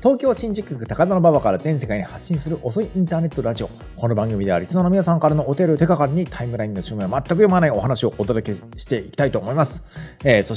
東京新宿区高田馬場から全世界に発信する遅いインターネットラジオ。この番組ではリスナーの皆さんからのお便りを手がかりにタイムラインの注文は全く読まないお話をお届けしていきたいと思います。そして、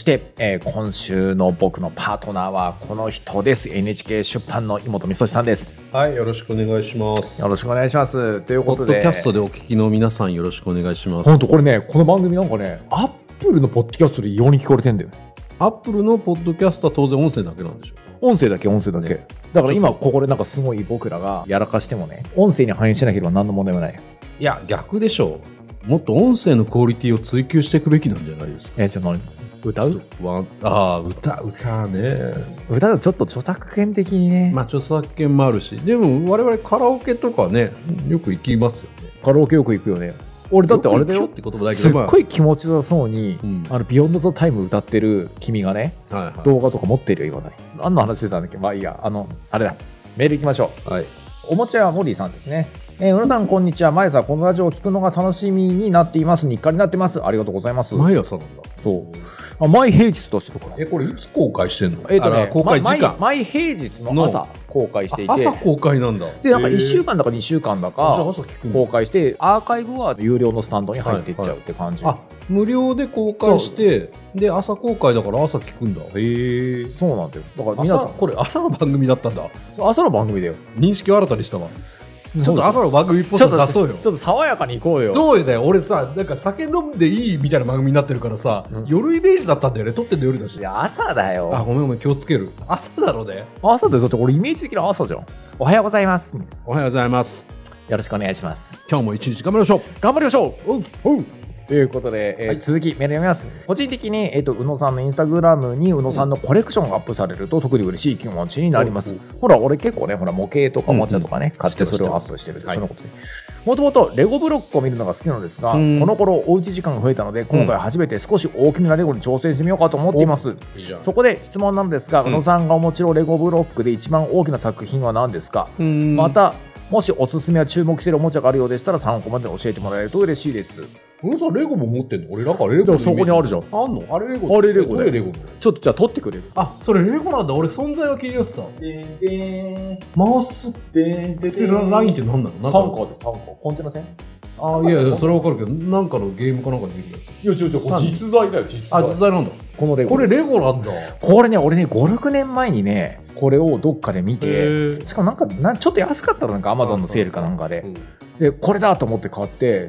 今週の僕のパートナーはこの人です。 NHK 出版の井本美俊さんです。 はい、よろしくお願いします。 よろしくお願いします。ということで、 ポッドキャストでお聞きの皆さんよろしくお願いします。 本当これね、この番組なんかね、アップルのポッドキャストで異様に聞こえてんだよ。 アップルのポッドキャストは当然音声だけなんでしょう。 音声だけ、 ね、 だから今ここでなんかすごい僕らがやらかしてもね、音声に反映しなければ何の問題もない。 いや逆でしょう。もっと音声のクオリティを追求していくべきなんじゃないですか。 じゃあ何歌う？ 歌ね。 歌だとちょっと著作権的にね。 まあ著作権もあるし、でも我々カラオケとかねよく行きますよね。 カラオケよく行くよね。俺だってあれだよって言葉だけど、 すっごい気持ちよさそうに、ビヨンドザタイム歌ってる君がね、動画とか持ってるよ今だに。何の話してたんだっけ。まあいいや、あれだ、メール行きましょう。はい。おもちゃモリーさんですね。うのさんこんにちは。毎朝このラジオを聞くのが楽しみになっています。日課になってます。ありがとうございます。 毎朝なんだ。 そう毎平日としてとか。 これいつ公開してんの？ 公開時間毎平日の朝公開していて、 朝公開なんだ。 でなんか1週間だか2週間だか公開して、アーカイブは有料のスタンドに入っていっちゃうって感じ。 無料で公開してで朝公開だから朝聞くんだ。へえ。 そうなんだよ。だから皆さんこれ朝の番組だったんだ。 朝の番組だよ。 認識を新たにしたわ。ちょっと朝の番組っぽさ出そうよ。 ちょっと爽やかに行こうよ。 そうだよ。俺さ、なんか酒飲んでいいみたいな番組になってるからさ、夜イメージだったんだよね。撮ってんの夜だし。 いや朝だよ。 ごめん気をつける。朝だろうね。 朝だよ。だって俺イメージ的な朝じゃん。おはようございます。 おはようございます。 よろしくお願いします。 今日も一日頑張りましょう。 頑張りましょう。ということで、続きメール読みます。個人的に、宇野さんのインスタグラムに宇野さんのコレクションがアップされると特に嬉しい気持ちになります。ほら俺結構ね、模型とかおもちゃとかね、買ってそれをアップしてる。そのことでもともとレゴブロックを見るのが好きなのですが、この頃おうち時間が増えたので今回初めて少し大きめなレゴに挑戦してみようかと思っています。そこで質問なんですが、宇野さんがお持ちのレゴブロックで一番大きな作品は何ですか？またもしおすすめや注目しているおもちゃがあるようでしたら参考まで教えてもらえると嬉しいです。 宇野さんレゴも持ってんの？俺なんかレゴのそこにあるじゃん。 あんの？あれレゴ？ あれレゴで。レゴちょっとじゃあ取ってくれる？ それレゴなんだ。俺存在は気になってた。回すってラインって何なの？ タンカーです。タンカー。コンテナ船？ いやそれはわかるけど、なんかのゲームかなんかでできるやつ。 いや実在だよ。実在なんだ。 このレゴ。 これレゴなんだ。 これね、俺ね 5,6 年前にねこれをどっかで見て、しかもちょっと安かったの、なんか Amazon のセールかなんかで、でこれだと思って買って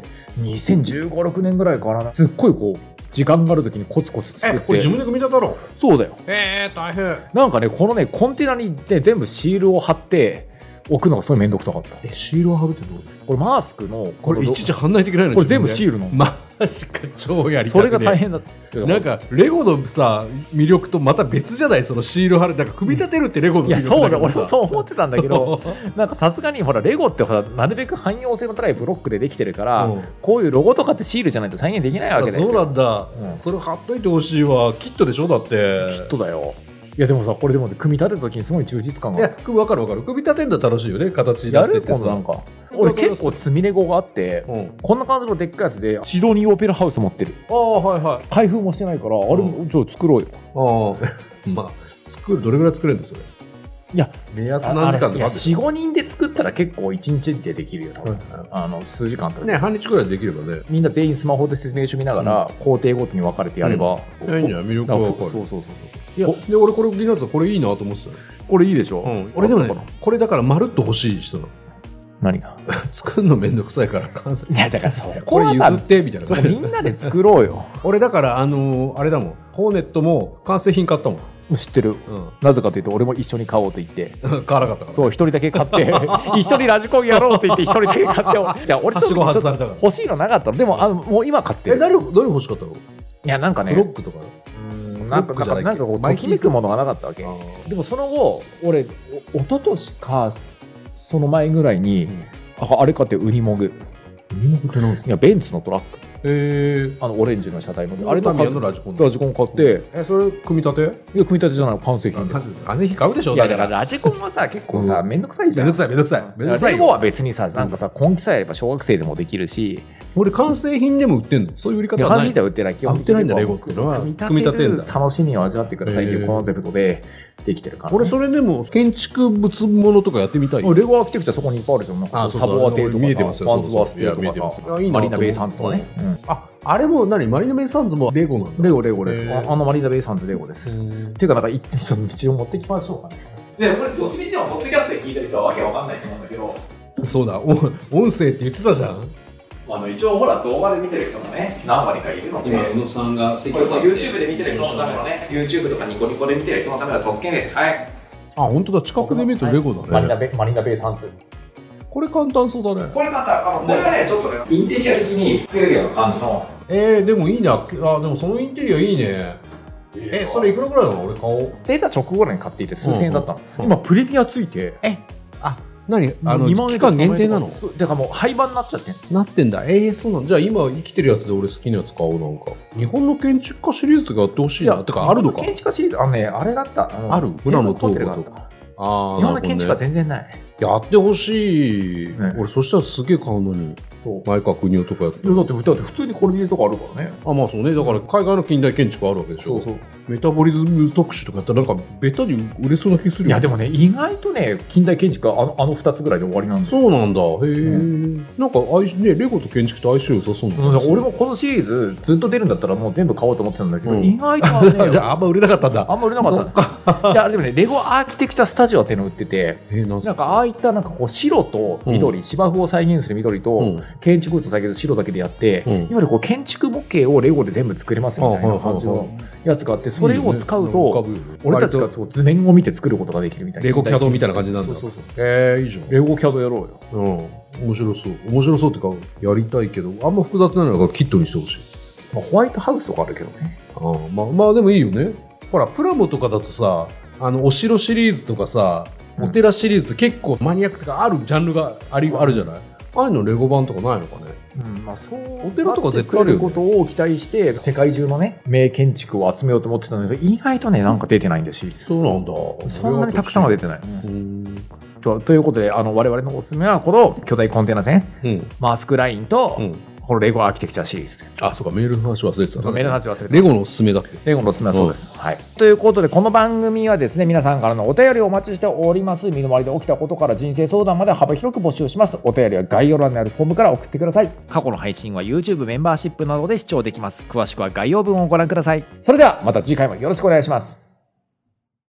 2015、6年ぐらいからな、すっごいこう時間がある時にコツコツ作って。 これ自分で組み立てろ。 そうだよ。 大変。 なんかねこのねコンテナにね全部シールを貼って置くのがすごいめんどくさかった。 シールを貼るってどう？ これマスクのこれいちいち貼んないといけないの？ これ全部シールの。 マジか、超やりたくね。 それが大変だった。 なんかレゴのさ魅力とまた別じゃない？そのシール貼る、なんか組み立てるってレゴの魅力だけどさ。 いやそうだ、俺もそう思ってたんだけどなんかさすがにほらレゴってほらなるべく汎用性の高いブロックでできてるから、こういうロゴとかってシールじゃないと再現できないわけですよ。 そうなんだ、それ貼っといてほしいわ。キットでしょ？だってキットだよ。いやでもさ、これでも組み立てた時にすごい充実感がある。 いや分かる組み立てるの楽しいよね。形になっててさ。 なんか俺結構積みレゴがあって、こんな感じのでっかいやつでシドニーオペラハウス持ってる。開封もしてないから、あれもちょっと作ろうよ。 まあどれぐらい作れるんですよ。 いや目安何時間とか 4,5 人で作ったら結構1日でできるよ。数時間とかね、半日くらいできればね。 みんな全員スマホで説明書見ながら工程ごとに分かれてやればいいんじゃない？魅力が分かる。 そういやで俺これ気になったらこれいいなと思ってたよ。 これいいでしょ。 俺でもねこれだからまるっと欲しい人なの。 何が作るのめんどくさいから完成。 いやだからそこれ譲ってみたいな。 みんなで作ろうよ。 俺だからあれだもん。ホーネットも完成品買ったもん。 知ってる、なぜかというと俺も一緒に買おうと言って買わなかったから。 そう、一人だけ買って一緒にラジコンやろうと言って一人だけ買ってじゃあ俺ちょっと欲しいのなかったの。でももう今買ってる。 誰欲しかったの？いやなんかね、 ブロックとかなんかこうときめくものがなかったわけ。でもその後俺一昨年かその前ぐらいに、あれかってウニモグ。 ウニモグって何ですか？ いやベンツのトラック。 オレンジの車体のあれタミヤのラジコン買って、 それ組み立て？ いや組み立てじゃない、完成品で。 完成品買うでしょ。 いやだからラジコンはさ結構さめんどくさいじゃん。 めんどくさい。 レゴは別にさなんかさ根気さえあれば小学生でもできるし。 俺完成品でも売ってんの？そういう売り方はない。 完成品では売ってない。 売ってないんだレゴっていうのは。 組み立てる楽しみを味わってくださいというコンセプトでできてるから。 俺それでも建築物物とかやってみたい。 レゴアーキテクチャそこにいっぱいあるじゃん。なんかサボア邸とか見えてますよ。 ワンズワース邸とかさ、マリーナベイサンズとかね。 あれもマリーナベイサンズもレゴなんだ。 レゴです。マリーナベイサンズレゴです。っていうかなんか一応持ってきましょうかね。でこれどっちにしてもポッドキャストで聞いてる人はわけわかんないと思うんだけど。 そうだ、音声って言ってたじゃん。 一応ほら動画で見てる人もね何割かいるので、 今宇野さんがこれ YouTube で見てる人のためのね YouTube とかニコニコで見てる人のための特権です。はい。 本当だ、近くで見るとレゴだね。 マリーナベイサンズ。 これ簡単そうだね。 これ簡単。これはねちょっとねインテリア的に作れるような感じの。 でもいいな。でもそのインテリアいいね。それいくらぐらいなの？俺買おう。 出た直後に買っていて数千円だったの。今プレミアついて。 何期間限定なの？ だからもう廃盤になっちゃってなってんだ。そうなの。じゃあ今生きてるやつで俺好きなやつ買おう。なんか日本の建築家シリーズがやってほしいな。てかあるのか。 建築家シリーズあれだった。 ある。村野東子とか。 日本の建築家全然ない。 やってほしい。俺そしたらすげえ買うのに。前川邦夫とかやって。 だって普通にコルビジェとかあるからね。 まあそうね。だから海外の近代建築あるわけでしょ。そう。メタボリズム特集とかやったらなんかベタに売れそうな気するよ。 いやでもね意外とね近代建築はあの2つぐらいで終わりなんだよ。 そうなんだ。なんかレゴと建築と相性良さそうな。 俺もこのシリーズずっと出るんだったらもう全部買おうと思ってたんだけど、意外とねじゃああんま売れなかったんだ。 あんま売れなかった。いやでもねレゴアーキテクチャスタジオっていうの売ってて、なんかああいったなんかこう白と緑、芝生を再現する緑と建築物を再現する白だけでやって、いわゆるこう建築模型をレゴで全部作れますみたいな感じのやつがあって、それを使うと俺たちが図面を見て作ることができるみたいな。 レゴキャドみたいな感じなんだ。いいじゃん。 レゴキャドやろうよ。 面白そうっていうかやりたいけど、あんま複雑なのがキットにしてほしい。 ホワイトハウスとかあるけどね。 まあでもいいよね。ほらプラモとかだとさ、お城シリーズとかさ、お寺シリーズ結構マニアックとかあるジャンルがあるじゃない。ああいうのレゴ版とかないのかね。 そうお寺とか絶対あるよね。 ことを期待して世界中のね名建築を集めようと思ってたんだけど、意外とねなんか出てないんですよ。 そうなんだ。 そんなにたくさんは出てない。ということで我々のおすすめはこの巨大コンテナ船、マスクラインと、このレゴアーキテクチャシリーズ。 そうか、メールの話忘れてた。 メールの話忘れてた。 レゴのおすすめだっけ？ レゴのおすすめはそうです。はい。ということで、この番組はですね、皆さんからのお便りをお待ちしております。身の回りで起きたことから人生相談まで幅広く募集します。お便りは概要欄にあるフォームから送ってください。過去の配信は YouTube メンバーシップなどで視聴できます。詳しくは概要文をご覧ください。それではまた次回もよろしくお願いします。